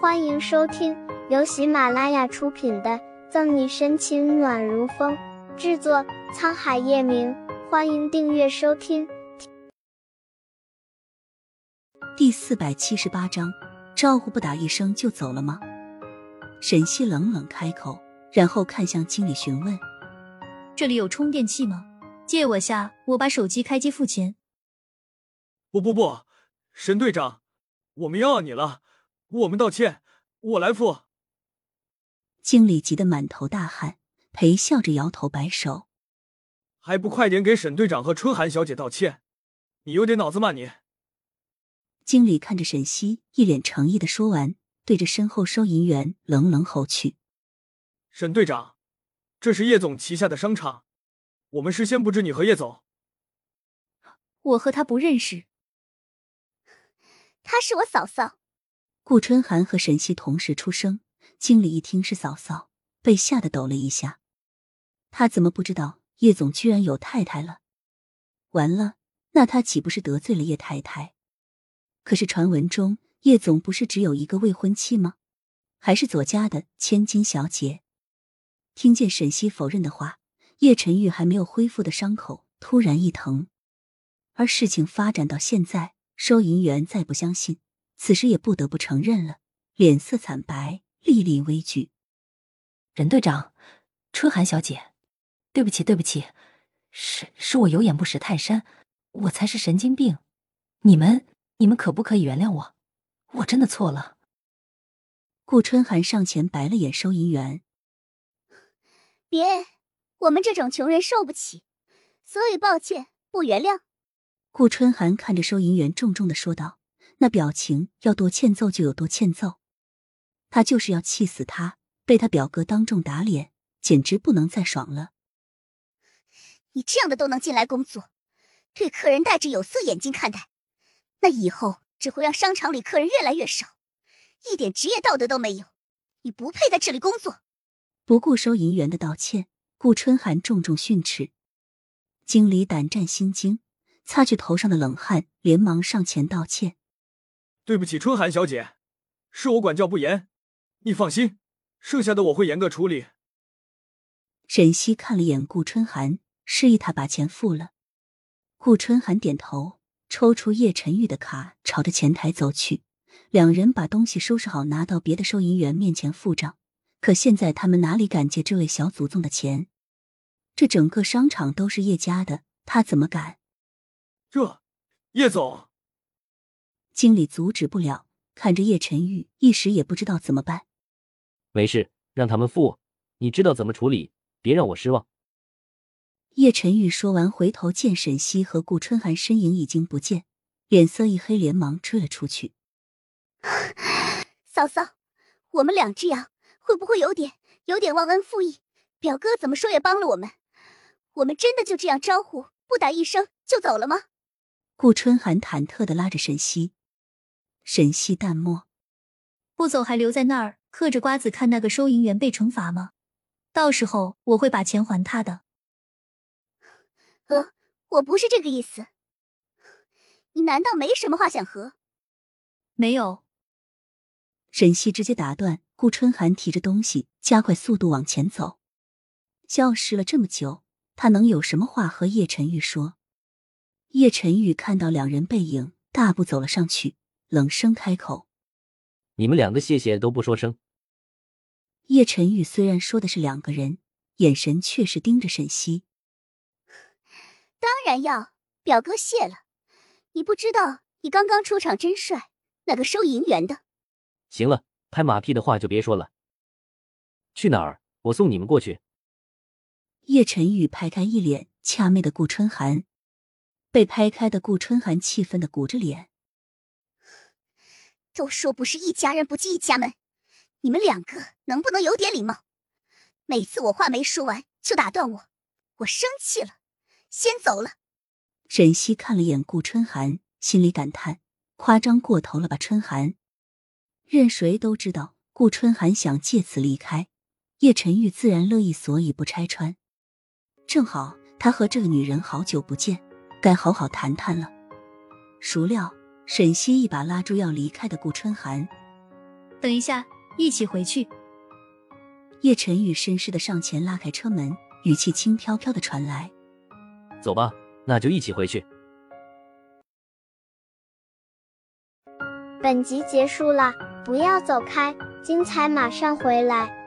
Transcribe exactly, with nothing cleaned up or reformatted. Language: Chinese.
欢迎收听由喜马拉雅出品的《赠你深情暖如风》，制作沧海夜明。欢迎订阅收听。 第四百七十八章，招呼不打一声就走了吗？沈西冷冷开口，然后看向经理询问： 这里有充电器吗？借我下，我把手机开机付钱。 不不不，沈队长，我们要你了，我们道歉，我来付。 经理急得满头大汗，陪笑着摇头摆手： 还不快点给沈队长和春寒小姐道歉，你有点脑子吗你？ 经理看着沈西，一脸诚意地说完，对着身后收银员冷冷吼去： 沈队长，这是叶总旗下的商场，我们事先不知你和叶总。 我和他不认识。 她是我嫂嫂。 顾春寒和沈西同时出声，经理一听是嫂嫂，被吓得抖了一下。他怎么不知道叶总居然有太太了？完了，那他岂不是得罪了叶太太？可是传闻中叶总不是只有一个未婚妻吗？还是左家的千金小姐？听见沈西否认的话，叶晨玉还没有恢复的伤口突然一疼。而事情发展到现在，收银员再不相信，此时也不得不承认了，脸色惨白，历历危惧。 任队长，春寒小姐，对不起对不起，是是我有眼不识泰山，我才是神经病，你们你们可不可以原谅我？我真的错了。 顾春寒上前白了眼收银员： 别，我们这种穷人受不起，所以抱歉，不原谅。 顾春寒看着收银员重重地说道，那表情要多欠揍就有多欠揍。他就是要气死他，被他表哥当众打脸，简直不能再爽了。 你这样的都能进来工作，对客人戴着有色眼镜看待，那以后只会让商场里客人越来越少，一点职业道德都没有，你不配在这里工作。 不顾收银员的道歉，顾春寒重重训斥。经理胆战心惊，擦去头上的冷汗，连忙上前道歉： 对不起春寒小姐，是我管教不严，你放心，剩下的我会严格处理。 沈西看了眼顾春寒，示意他把钱付了。顾春寒点头，抽出叶晨玉的卡，朝着前台走去。两人把东西收拾好，拿到别的收银员面前付账。可现在他们哪里敢借这位小祖宗的钱？这整个商场都是叶家的，他怎么敢？ 这，叶总， 经理阻止不了，看着叶晨玉，一时也不知道怎么办。 没事，让他们付，你知道怎么处理，别让我失望。 叶晨玉说完，回头见沈西和顾春寒身影已经不见，脸色一黑，连忙追了出去。 嫂嫂，我们俩这样会不会有点有点忘恩负义？表哥怎么说也帮了我们，我们真的就这样招呼不打一声就走了吗？ 顾春寒忐忑地拉着沈西。沈西淡漠： 不走还留在那儿嗑着瓜子看那个收银员被惩罚吗？到时候我会把钱还他的。 呃，我不是这个意思。你难道没什么话想和？ 没有。 沈西直接打断顾春寒，提着东西加快速度往前走。消失了这么久，他能有什么话和叶晨玉说？叶晨玉看到两人背影，大步走了上去，冷声开口： 你们两个谢谢都不说声。 叶晨玉虽然说的是两个人，眼神却是盯着沈西。 当然要，表哥谢了。你不知道你刚刚出场真帅，那个收银员的。 行了，拍马屁的话就别说了。去哪儿？我送你们过去。 叶晨玉拍开一脸掐妹的顾春寒，被拍开的顾春寒气愤地鼓着脸。 都说不是一家人不进一家门，你们两个能不能有点礼貌？每次我话没说完就打断我，我生气了，先走了。 沈西看了眼顾春寒，心里感叹，夸张过头了吧春寒。任谁都知道顾春寒想借此离开，叶晨玉自然乐意，所以不拆穿。正好他和这个女人好久不见，该好好谈谈了。孰料沈西一把拉住要离开的顾春寒。 等一下，一起回去。 叶晨宇绅士的上前拉开车门，语气轻飘飘的传来。 走吧，那就一起回去。 本集结束了，不要走开，精彩马上回来。